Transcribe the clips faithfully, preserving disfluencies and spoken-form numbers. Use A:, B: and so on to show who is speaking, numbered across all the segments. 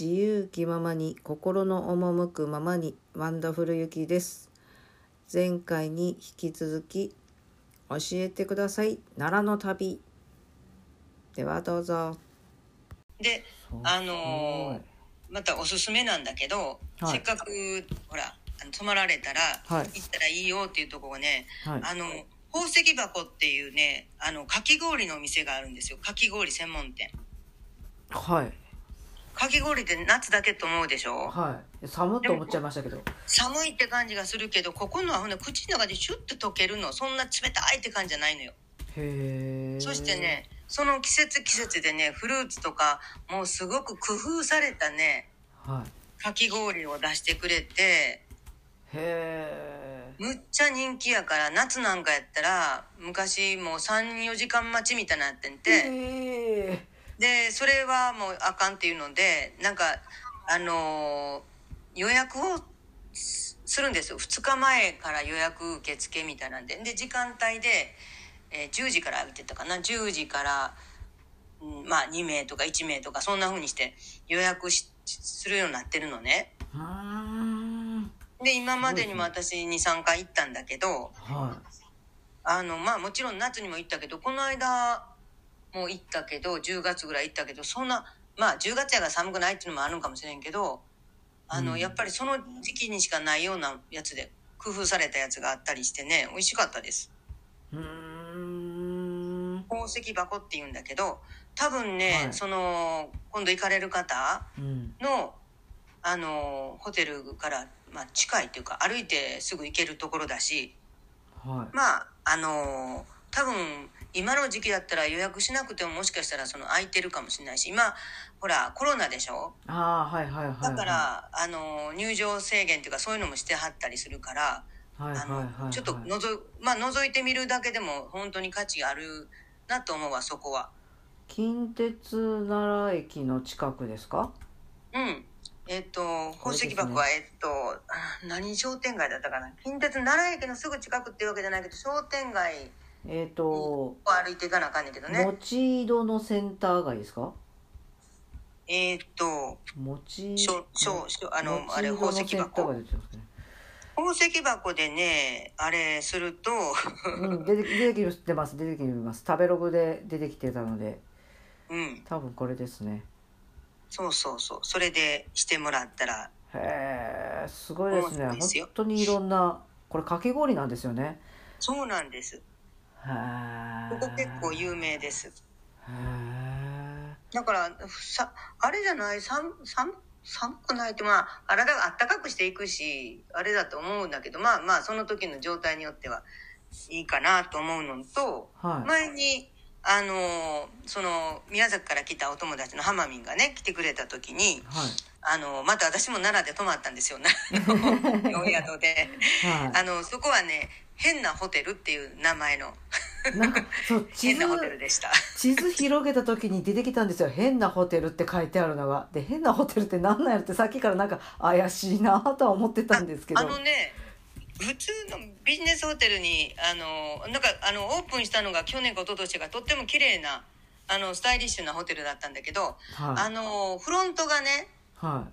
A: 自由気ままに心の赴くままにワンダフルゆきです。前回に引き続き教えてください奈良の旅ではどうぞ。
B: で、あのー、またおすすめなんだけど、はい、せっかくほらあの泊まられたら、はい、行ったらいいよっていうところがね、はい、あの宝石箱っていうねあのかき氷のお店があるんですよ。かき氷専門店。
A: はい。
B: かき氷って夏だけと思うでしょ。
A: はい。寒いと思っちゃいましたけど。
B: 寒いって感じがするけど、ここのはほんで口の中でシュッと溶けるの。そんな冷たいって感じじゃないのよ。
A: へー。
B: そしてね、その季節季節でね、フルーツとかもうすごく工夫されたね、はい、かき氷を出してくれて、
A: へー。
B: むっちゃ人気やから、夏なんかやったら昔もうさん、よじかん待ちみたいになってんて、
A: へー。
B: でそれはもうあかんっていうので、なんかあのー、予約をするんですよ。ふつかまえから予約受付みたいなんで、で時間帯で、えー、じゅうじから開いてたかな、じゅうじから、うん、まあにめいとかいちめいとかそんな風にして予約しするようになってるのね。で今までにも私 にさんかい行ったんだけど、
A: はい、
B: あのまあもちろん夏にも行ったけど、この間もう行ったけど、じゅうがつぐらい行ったけど、そんなまあじゅうがつやから寒くないっていうのもあるんかもしれんけど、あの、うん、やっぱりその時期にしかないようなやつで工夫されたやつがあったりしてね、美味しかったです。
A: うーん。
B: 宝石箱って言うんだけど、多分ね、はい、その今度行かれる方の、うん、あのホテルから、まあ、近いというか歩いてすぐ行けるところだし、
A: はい、
B: まああの多分今の時期だったら予約しなくてももしかしたらその空いてるかもしれないし、今ほらコロナでしょ。
A: あ、はいはいはいはい、
B: だからあの入場制限というかそういうのもしてはったりするから、
A: はいはいはいはい、
B: ちょっとのぞ、まあ、覗いてみるだけでも本当に価値あるなと思うわ。そこは
A: 近鉄奈良駅の近くですか？
B: うん。えっと宝石箱は、ね、えっと何商店街だったかな。近鉄奈良駅のすぐ近くっていうわけじゃないけど、商店街
A: えっと
B: 歩いていかなあかんねんけどね。
A: 持ち戸のセンター街ですか？
B: えっと
A: 持ち
B: しょしょしょあのあれ宝石箱。宝石箱でねあれすると
A: うん出て出てきてます出てきてます食べログで出てきてたので、
B: うん
A: 多分これですね。
B: そうそうそう、それでしてもらったら。
A: へえ、すごいですね。本当にいろんな、これかき氷なんですよね。
B: そうなんです。
A: へえ。
B: ここ結構有名です。へ
A: え。
B: だからさあれじゃない、寒寒寒くないって、まあ体があったかくしていくしあれだと思うんだけど、まあまあその時の状態によってはいいかなと思うのと、
A: はい、
B: 前にあのその宮崎から来たお友達のハマミンがね来てくれた時に、
A: はい、
B: あのまた私も奈良で泊まったんですよ奈良のお宿で、はい、あのそこはね変なホテルっていう名前の
A: なんかそう地図
B: 変なホテルでした。
A: 地図広げた時に出てきたんですよ。変なホテルって書いてあるのが。で変なホテルって何なんやろってさっきからなんか怪しいなとは思ってたんですけど、
B: あ, あのね普通のビジネスホテルにあのなんかあのオープンしたのが去年か一昨年がとっても綺麗なあのスタイリッシュなホテルだったんだけど、はい、あのフロントがね、
A: はい、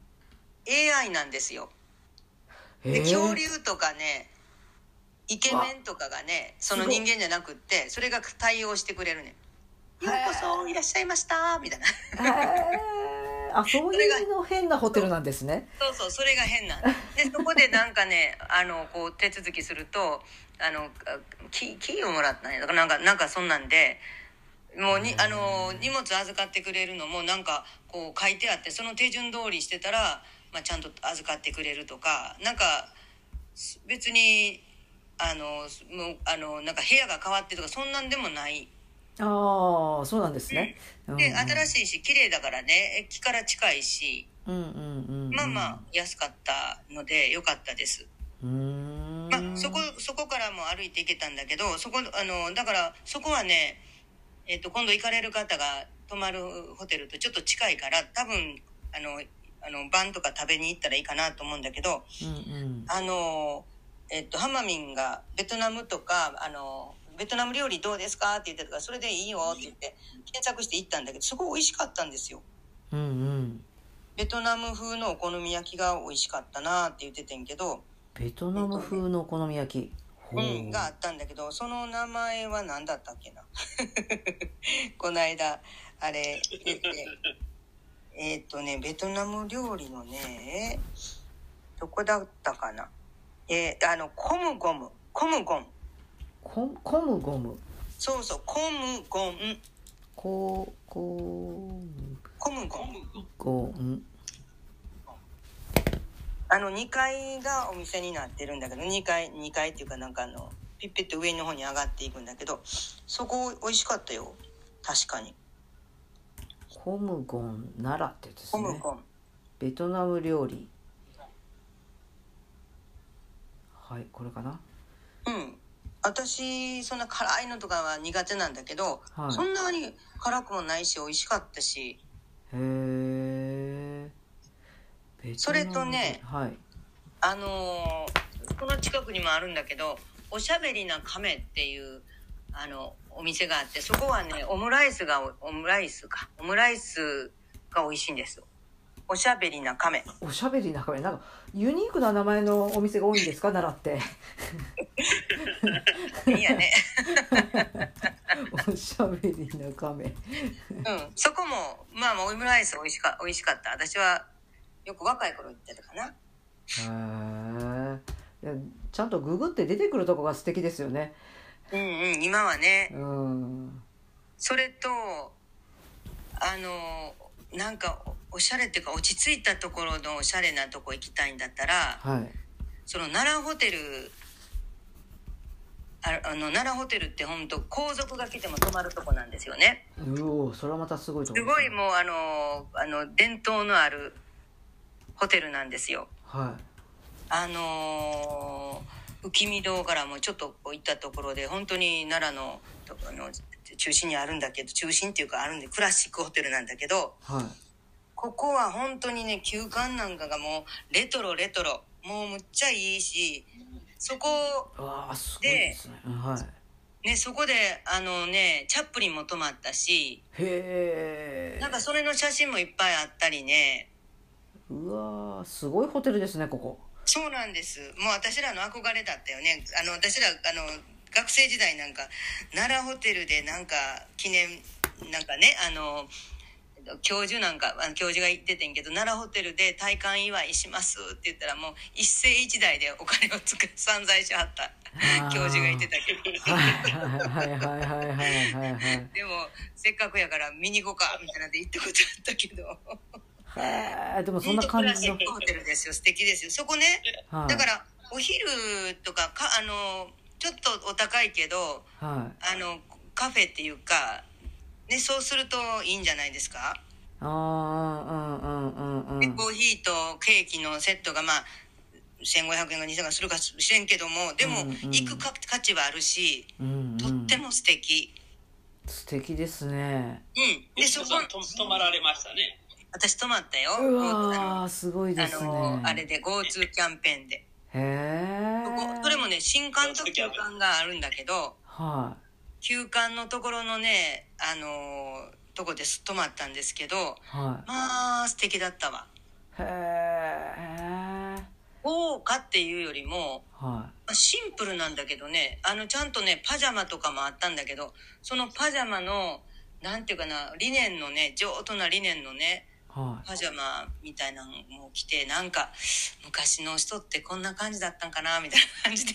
B: エーアイ なんですよ。で恐竜とかねイケメンとかがねその人間じゃなくってそれが対応してくれるね。ようこそいらっしゃいましたみたいな。
A: あ、そういうの変なホテルなんですね。
B: そうそう、それが変なんで、そこでなんかねあのこう手続きするとあのキ, キーをもらったんや。だからなんかなんかそんなんでもうにあの荷物預かってくれるのもなんかこう書いてあって、その手順通りしてたら、まあ、ちゃんと預かってくれるとか、なんか別にあのもうあのなんか部屋が変わってとかそんなんでもない。
A: ああ、そうなんですね。
B: うん、で、新しいし綺麗だからね、駅から近いし、
A: うんうんうんうん、
B: まあまあ安かったので良かったです。
A: うーん、
B: まあそこそこからも歩いて行けたんだけど、そこあのだからそこはね、えっと今度行かれる方が泊まるホテルとちょっと近いから多分あのあの晩とか食べに行ったらいいかなと思うんだけど、
A: うんうん、
B: あのえっとハマミンがベトナムとかあのベトナム料理どうですかって言ってたから、それでいいよって言って検索して行ったんだけど、すごい美味しかったんですよ。
A: うんうん、
B: ベトナム風のお好み焼きが美味しかったなって言っててんけど、
A: ベトナム風のお好み焼き、
B: うん、があったんだけど、その名前は何だったっけなこの間あれ出てえっとねベトナム料理のねどこだったかな、えー、あのコムゴムコムゴン
A: ココムゴム
B: そうそうコムゴン
A: ココ
B: コムゴン
A: ゴン
B: あのにかいがお店になってるんだけど、2階2階っていうかなんかあのピッピッと上の方に上がっていくんだけど、そこ美味しかったよ確かに。
A: コムゴン奈良ってですね、
B: コムゴン
A: ベトナム料理、はいこれかな。
B: うん私そんな辛いのとかは苦手なんだけど、はい、そんなに辛くもないし美味しかったし。
A: へー、
B: それとね、
A: はい、
B: あのー、この近くにもあるんだけどおしゃべりな亀っていうあのお店があって、そこはねオムライスがオムライスかオムライスが美味しいんですよ。おしゃべりな亀
A: おしゃべりな亀、なんかユニークな名前のお店が多いんですか奈良って
B: いやね
A: おしゃべりな亀うん
B: そこもまあオムライス美味しか美味しかった。私はよく若い頃行ってたかな。
A: へえ、ちゃんとググって出てくるとこが素敵ですよね。
B: うんうん今はね。
A: うん。
B: それとあのなんかおしゃれっていうか落ち着いたところのおしゃれなとこ行きたいんだったら、
A: はい、
B: その奈良ホテルああの奈良ホテルって本当皇族が来ても泊まるとこなんですよね。
A: うお、それはまたすごいところ
B: ですごいもうあのあの伝統のあるホテルなんですよ。
A: はい。
B: あのー、浮見堂からもちょっと行ったところで本当に奈良のあの中心にあるんだけど、中心っていうかあるんでクラシックホテルなんだけど、
A: はい、
B: ここは本当にね旧館なんかがもうレトロレトロもうむっちゃいいし、そこで、
A: ですね、はい、
B: ね、そこであのねチャップリンも泊まったし、
A: へえ、
B: なんかそれの写真もいっぱいあったりね。
A: うわーすごいホテルですねここ。
B: そうなんです。もう私らの憧れだったよね。あの私らあの学生時代なんか奈良ホテルでなんか記念なんかねあの教授なんか教授が言っててんけど、奈良ホテルで退官祝いしますって言ったらもう一世一代でお金をつく散財しはった教授が言ってたけど
A: はいはいはいはいはいはいはい
B: でもせっかくやから見に行こうかみたいなんで行ったことあったけど
A: へえ、でもそんな感じの
B: ホテルですよ。素敵ですよそこね、はい、だからお昼とかかあのちょっとお高いけど、はい、あのカフェっていうかね、そうするといいんじゃないですか。
A: ああ、うんうんうんうん。で
B: コーヒーとケーキのセットがまあせんごひゃくえんがにせんえんするかしれんけども、でも行く価値はあるし、うんうん、とっても素敵。
A: 素敵ですね。
B: うん。でそこ
C: 泊まられましたね。
B: 私泊まったよ。
A: うわーすごいですね。
B: あのあれで GoTo キャンペーンで。
A: へえ。
B: それもね新館と旧館があるんだけど。
A: はい。
B: 旧館のところのねあのー、とこです泊まったんですけど、はい、まあ素敵だったわ。
A: へえ。
B: 豪華っていうよりも、
A: はい、
B: シンプルなんだけどね、あのちゃんとねパジャマとかもあったんだけど、そのパジャマのなんていうかなリネンのね上等なリネンのね、はい、パジャマみたいなのも着て、なんか昔の人ってこんな感じだったんかなみたいな感じで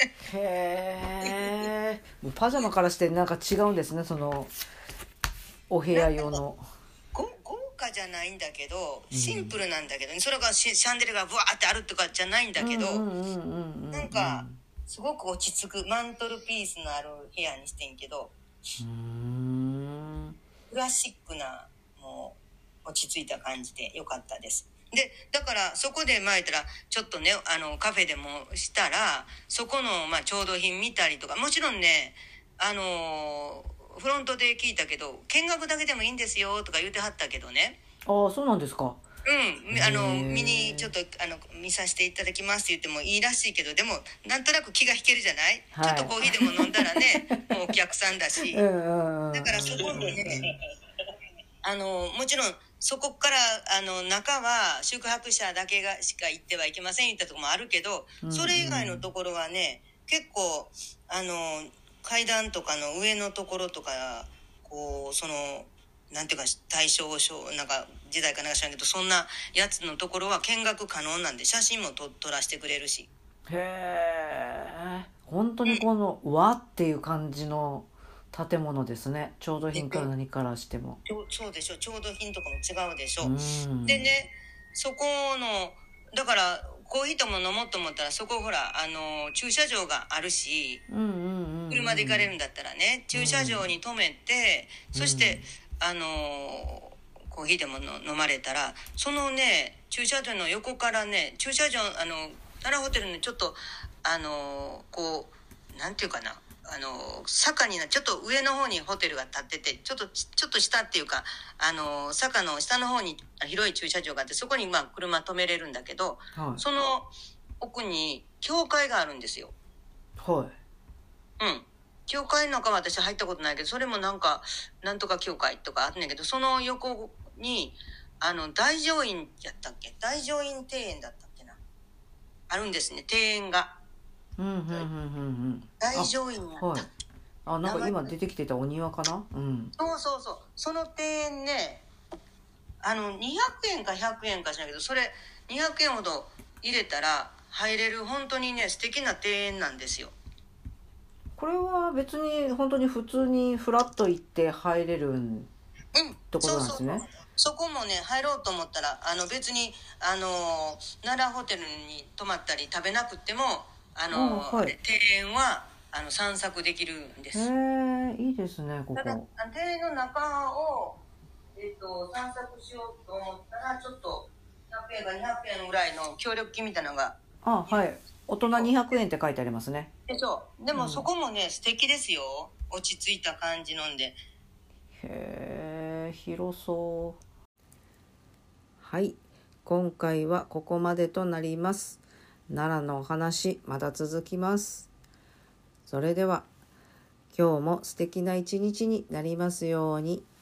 A: へえ。パジャマからしてなんか違うんですね、そのお部屋用の。
B: 豪華じゃないんだけどシンプルなんだけど、ね、それがシャンデリアがブワーってあるとかじゃないんだけど、なんかすごく落ち着くマントルピースのある部屋にしてんけど、
A: うーん
B: クラシックなもう落ち着いた感じで良かったです。でだからそこで前言ったらちょっとねあのカフェでもしたらそこの、まあ、調度品見たりとか、もちろんねあのフロントで聞いたけど見学だけでもいいんですよとか言ってはったけどね。
A: ああそうなんですか。
B: うん、あの見にちょっとあの見させていただきますって言ってもいいらしいけど、でもなんとなく気が引けるじゃない、はい、ちょっとコーヒーでも飲んだらねもうお客さんだしだからそこのねあのもちろんそこからあの中は宿泊者だけがしか行ってはいけません言ったところもあるけど、
A: うんうん、
B: それ以外のところはね結構あの階段とかの上のところとかこうそのなんていうか大正なんか時代かなんか知らんけどそんなやつのところは見学可能なんで写真もと撮らせてくれるし。
A: へえ、本当にこの和っていう感じの建物ですね。調度品から何からしても。
B: そうでしょ、調度品とかも違うでしょ。
A: うん、
B: でね、そこのだからコーヒーとも飲もうと思ったらそこほらあの駐車場があるし、
A: うんうんうんうん、
B: 車で行かれるんだったらね駐車場に止めて、うん、そして、うん、あのコーヒーでもの飲まれたらそのね駐車場の横からね駐車場あの奈良ホテルのちょっとあのこうなんていうかなあの坂になちょっと上の方にホテルが建っててちょっとちょっと下っていうかあの坂の下の方に広い駐車場があってそこにまあ車止めれるんだけど、はい、その奥に教会があるんですよ。
A: はい。
B: うん。教会の中は私入ったことないけどそれもなんかなんとか教会とかあるんだけどその横にあの大乗院やったっけ大乗院庭園だったっけなあるんですね庭園が。
A: うんうんうんうんうん。
B: 大乗院やった。はい。
A: あ、なんか今出てきてたお庭かな。うん。
B: そうそうそう。その庭園ね、あのにひゃくえんかひゃくえんかしらんけど、それにひゃくえんほど入れたら入れる本当にね素敵な庭園なんですよ。
A: これは別に本当に普通にフラッと行って入れるん、ところなんですね。
B: そうそうそう。そこもね入ろうと思ったらあの別にあの奈良ホテルに泊まったり食べなくてもあの、はい、庭園はあの散策できるんです。
A: へえ、いいですねここ。
B: ただ庭園の中を、えー、と散策しようと思ったらちょっとひゃくえんかにひゃくえんぐらいの協力金みたいなのが。
A: あ、はい。大人にひゃくえんって書いてありますね。
B: でそうでもそこもね、うん、素敵ですよ。落ち着いた感じなんで。
A: へえ、広そう。はい、今回はここまでとなります。奈良のお話まだ続きます。それでは今日も素敵な一日になりますように。